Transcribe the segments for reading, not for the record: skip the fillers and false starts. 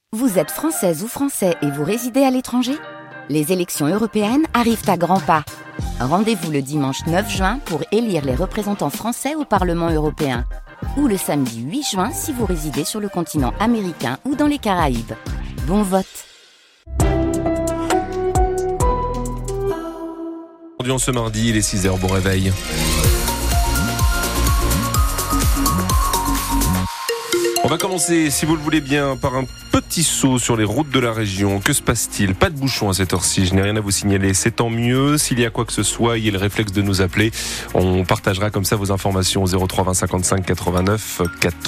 Vous êtes française ou français et vous résidez à l'étranger ? Les élections européennes arrivent à grands pas. Rendez-vous le dimanche 9 juin pour élire les représentants français au Parlement européen. Ou le samedi 8 juin si vous résidez sur le continent américain ou dans les Caraïbes. Bon vote! Aujourd'hui, ce mardi, il est 6h, bon réveil. On va commencer, si vous le voulez bien, par un petit saut sur les routes de la région. Que se passe-t-il ? Pas de bouchons à cette heure-ci, je n'ai rien à vous signaler. C'est tant mieux. S'il y a quoi que ce soit, ayez le réflexe de nous appeler. On partagera comme ça vos informations au 03 20 55 89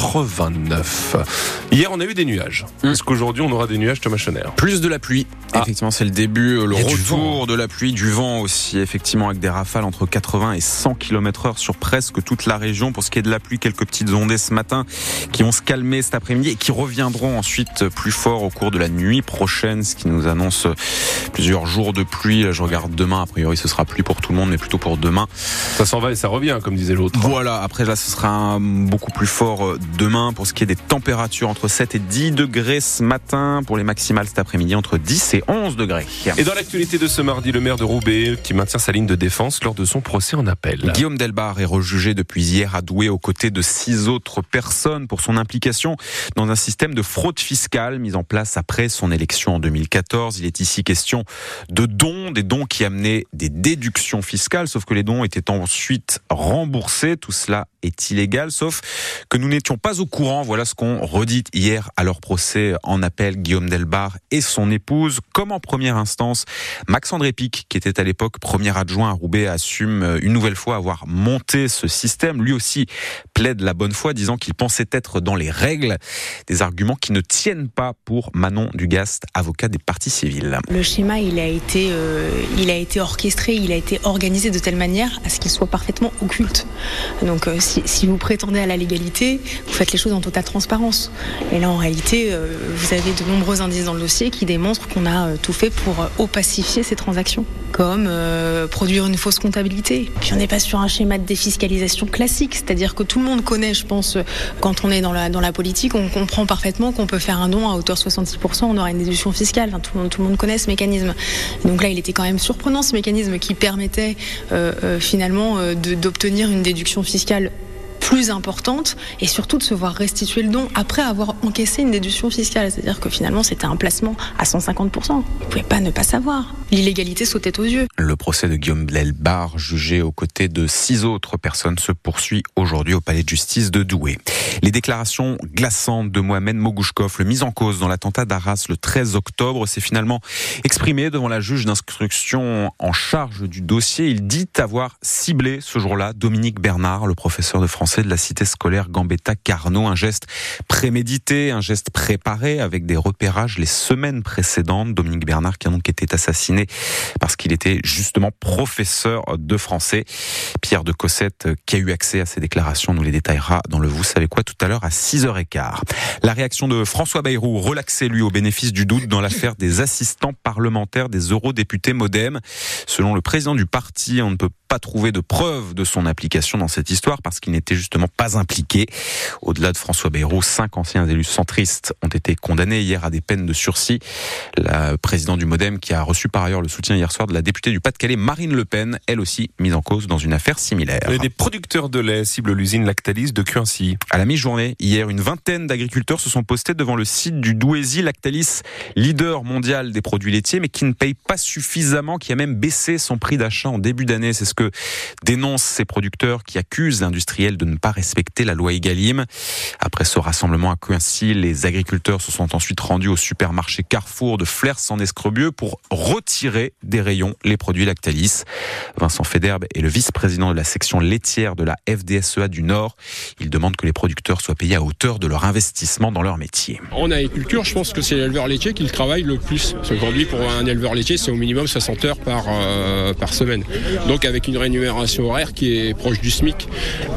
89. Hier, on a eu des nuages. Est-ce qu'aujourd'hui, on aura des nuages, Thomas Schoner ? Plus de la pluie. Effectivement, c'est le début, le retour de la pluie, du vent aussi, effectivement, avec des rafales entre 80 et 100 km/h sur presque toute la région. Pour ce qui est de la pluie, quelques petites ondées ce matin qui vont se calmer cet après-midi et qui reviendront ensuite plus fort au cours de la nuit prochaine, ce qui nous annonce plusieurs jours de pluie. Là, je regarde demain, a priori ce sera pluie pour tout le monde, mais plutôt pour demain. Ça s'en va et ça revient, comme disait l'autre. Voilà, après là ce sera beaucoup plus fort demain. Pour ce qui est des températures, entre 7 et 10 degrés ce matin, pour les maximales cet après-midi entre 10 et 11 degrés. Et dans l'actualité de ce mardi, le maire de Roubaix qui maintient sa ligne de défense lors de son procès en appel. Guillaume Delbarre est rejugé depuis hier à Douai aux côtés de 6 autres personnes pour son implication dans un système de fraude fiscale mis en place après son élection en 2014. Il est ici question de dons, des dons qui amenaient des déductions fiscales, sauf que les dons étaient ensuite remboursés. Tout cela est illégal, sauf que nous n'étions pas au courant. Voilà ce qu'ont redit hier à leur procès en appel Guillaume Delbarre et son épouse. Comme en première instance, Max-André Pic, qui était à l'époque premier adjoint à Roubaix, assume une nouvelle fois avoir monté ce système. Lui aussi plaide la bonne foi, disant qu'il pensait être dans les règles. Des arguments qui ne tiennent pas pour Manon Dugast, avocat des parties civiles. Le schéma, il a été orchestré, il a été organisé de telle manière à ce qu'il soit parfaitement occulte. Donc si vous prétendez à la légalité, vous faites les choses en totale transparence. Et là, en réalité, vous avez de nombreux indices dans le dossier qui démontrent qu'on a tout fait pour opacifier ces transactions, comme produire une fausse comptabilité. Puis on n'est pas sur un schéma de défiscalisation classique, c'est-à-dire que tout le monde connaît, je pense, quand on est dans la politique, on comprend parfaitement qu'on peut faire un don à hauteur de 66%, on aura une déduction fiscale. Enfin, tout le monde connaît ce mécanisme. Donc là, il était quand même surprenant, ce mécanisme qui permettait finalement d'obtenir une déduction fiscale plus importante et surtout de se voir restituer le don après avoir encaissé une déduction fiscale. C'est-à-dire que finalement, c'était un placement à 150%. Vous ne pouvez pas ne pas savoir. L'illégalité sautait aux yeux. Le procès de Guillaume Delbarre, jugé aux côtés de 6 autres personnes, se poursuit aujourd'hui au palais de justice de Douai. Les déclarations glaçantes de Mohamed Mogouchkov, le mis en cause dans l'attentat d'Arras le 13 octobre, s'est finalement exprimé devant la juge d'instruction en charge du dossier. Il dit avoir ciblé ce jour-là Dominique Bernard, le professeur de français de la cité scolaire Gambetta-Carnot. Un geste prémédité, un geste préparé avec des repérages les semaines précédentes. Dominique Bernard qui a donc été assassiné parce qu'il était justement professeur de français. Pierre de Cossette qui a eu accès à ces déclarations nous les détaillera dans le Vous savez quoi tout à l'heure à 6h15. La réaction de François Bayrou, relaxé lui au bénéfice du doute dans l'affaire des assistants parlementaires des eurodéputés MoDem. Selon le président du parti, on ne peut pas trouver de preuves de son implication dans cette histoire parce qu'il n'était justement pas impliqué. Au-delà de François Bayrou, 5 anciens élus centristes ont été condamnés hier à des peines de sursis. La présidente du MoDem qui a reçu par ailleurs le soutien hier soir de la députée du Pas-de-Calais, Marine Le Pen, elle aussi mise en cause dans une affaire similaire. Et des producteurs de lait ciblent l'usine Lactalis de Cuincy. À la mi-journée, hier, une vingtaine d'agriculteurs se sont postés devant le site du Douaisis. Lactalis, leader mondial des produits laitiers, mais qui ne paye pas suffisamment, qui a même baissé son prix d'achat en début d'année. C'est ce que dénoncent ces producteurs qui accusent l'industriel de ne pas respecter la loi Egalim. Après ce rassemblement à Cuincy, les agriculteurs se sont ensuite rendus au supermarché Carrefour de Flers-en-Escrebieux pour retirer des rayons les produits Lactalis. Vincent Federbe est le vice-président de la section laitière de la FDSEA du Nord. Il demande que les producteurs soient payés à hauteur de leur investissement dans leur métier. En agriculture, je pense que c'est l'éleveur laitier qui le travaille le plus. Parce qu'aujourd'hui, pour un éleveur laitier, c'est au minimum 60 heures par semaine. Donc avec une rémunération horaire qui est proche du SMIC et avec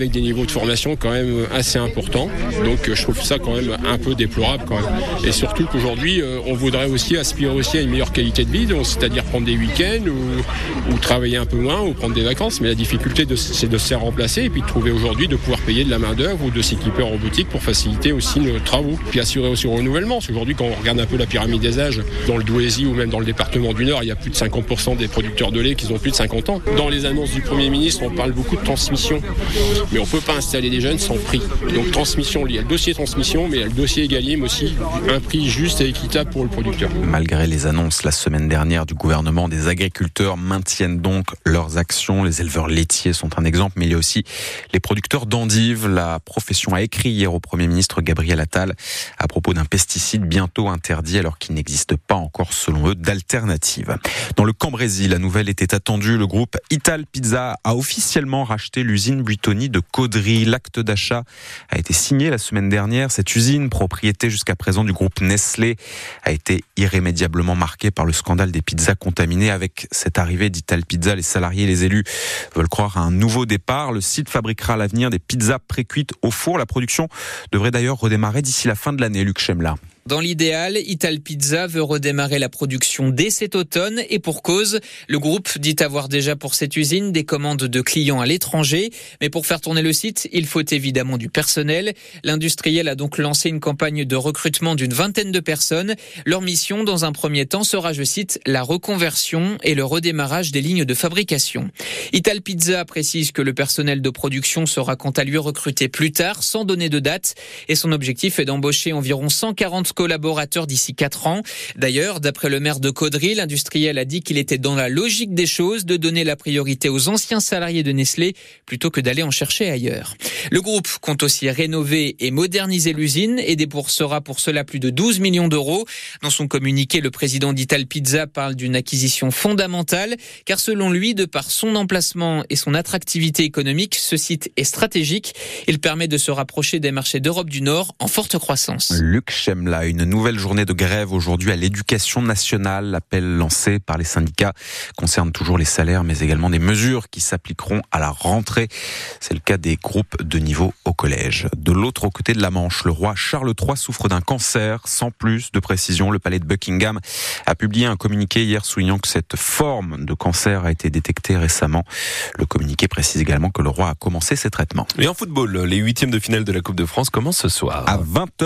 avec des niveaux de formation quand même assez importants. Donc je trouve ça quand même un peu déplorable quand même. Et surtout qu'aujourd'hui, on voudrait aussi aspirer aussi à une meilleure qualité de vie, donc c'est-à-dire prendre des week-ends ou travailler un peu moins ou prendre des vacances. Mais la difficulté, c'est de se faire remplacer et puis de trouver aujourd'hui de pouvoir payer de la main-d'œuvre ou de s'équiper en robotique pour faciliter aussi nos travaux. Puis assurer aussi le renouvellement. Parce qu'aujourd'hui, quand on regarde un peu la pyramide des âges, dans le Douaisis ou même dans le département du Nord, il y a plus de 50% des producteurs de lait qui ont plus de 50 ans. Dans les annonces du Premier ministre, on parle beaucoup de transmission. Mais on ne peut pas installer des jeunes sans prix. Donc transmission, il y a le dossier transmission, mais il y a le dossier Egalim aussi, un prix juste et équitable pour le producteur. Malgré les annonces la semaine dernière du gouvernement, des agriculteurs maintiennent donc leurs actions. Les éleveurs laitiers sont un exemple, mais il y a aussi les producteurs d'endives. La profession a écrit hier au Premier ministre Gabriel Attal à propos d'un pesticide bientôt interdit alors qu'il n'existe pas encore, selon eux, d'alternative. Dans le Cambrésis, la nouvelle était attendue. Le groupe Italpizza a officiellement racheté l'usine Buitoni de Caudry. L'acte d'achat a été signé la semaine dernière. Cette usine, propriété jusqu'à présent du groupe Nestlé, a été irrémédiablement marquée par le scandale des pizzas contaminées. Avec cette arrivée d'Italpizza, les salariés et les élus veulent croire à un nouveau départ. Le site fabriquera à l'avenir des pizzas pré-cuites au four. La production devrait d'ailleurs redémarrer d'ici la fin de l'année, Luc Chemla. Dans l'idéal, Italpizza veut redémarrer la production dès cet automne et pour cause. Le groupe dit avoir déjà pour cette usine des commandes de clients à l'étranger. Mais pour faire tourner le site, il faut évidemment du personnel. L'industriel a donc lancé une campagne de recrutement d'une vingtaine de personnes. Leur mission, dans un premier temps, sera, je cite, la reconversion et le redémarrage des lignes de fabrication. Italpizza précise que le personnel de production sera quant à lui recruté plus tard, sans donner de date. Et son objectif est d'embaucher environ 140 collaborateurs d'ici 4 ans. D'ailleurs, d'après le maire de Caudry, l'industriel a dit qu'il était dans la logique des choses de donner la priorité aux anciens salariés de Nestlé plutôt que d'aller en chercher ailleurs. Le groupe compte aussi rénover et moderniser l'usine et déboursera pour cela plus de 12 millions d'euros. Dans son communiqué, le président d'Italpizza parle d'une acquisition fondamentale car selon lui, de par son emplacement et son attractivité économique, ce site est stratégique. Il permet de se rapprocher des marchés d'Europe du Nord en forte croissance. Luc Chemla. Une nouvelle journée de grève aujourd'hui à l'Éducation nationale. L'appel lancé par les syndicats concerne toujours les salaires, mais également des mesures qui s'appliqueront à la rentrée. C'est le cas des groupes de niveau au collège. De l'autre côté de la Manche, le roi Charles III souffre d'un cancer. Sans plus de précision, le palais de Buckingham a publié un communiqué hier soulignant que cette forme de cancer a été détectée récemment. Le communiqué précise également que le roi a commencé ses traitements. Et en football, les 8e de finale de la Coupe de France commencent ce soir. À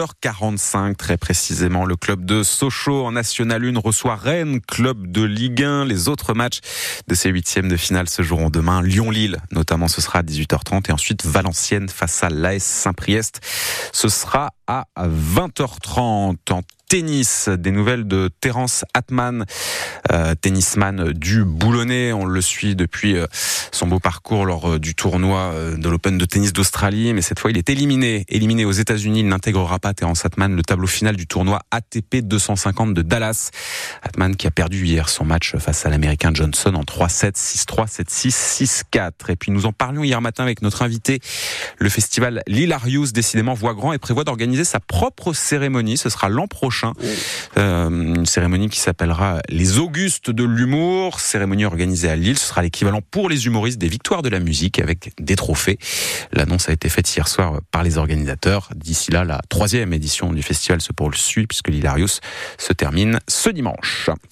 20h45, très précisément, le club de Sochaux en National 1 reçoit Rennes, club de Ligue 1. Les autres matchs de ces 8e de finale se joueront demain. Lyon-Lille, notamment, ce sera à 18h30. Et ensuite, Valenciennes face à l'AS Saint-Priest. Ce sera à 20h30. En tennis, des nouvelles de Terence Atman, tennisman du Boulonnais. On le suit depuis son beau parcours lors du tournoi de l'Open de tennis d'Australie, mais cette fois il est éliminé aux États-Unis. Il n'intégrera pas, Terence Atman, le tableau final du tournoi ATP 250 de Dallas. Atman qui a perdu hier son match face à l'Américain Johnson en 3-7, 6-3, 7-6, 6-4. Et puis nous en parlions hier matin avec notre invité. Le festival L'Hilarious, décidément, voit grand et prévoit d'organiser sa propre cérémonie. Ce sera l'an prochain. Une cérémonie qui s'appellera les Augustes de l'humour, cérémonie organisée à Lille. Ce sera l'équivalent pour les humoristes des victoires de la musique avec des trophées. L'annonce a été faite hier soir par les organisateurs. D'ici là, la 3e édition du festival se poursuit puisque l'Hilarious se termine ce dimanche.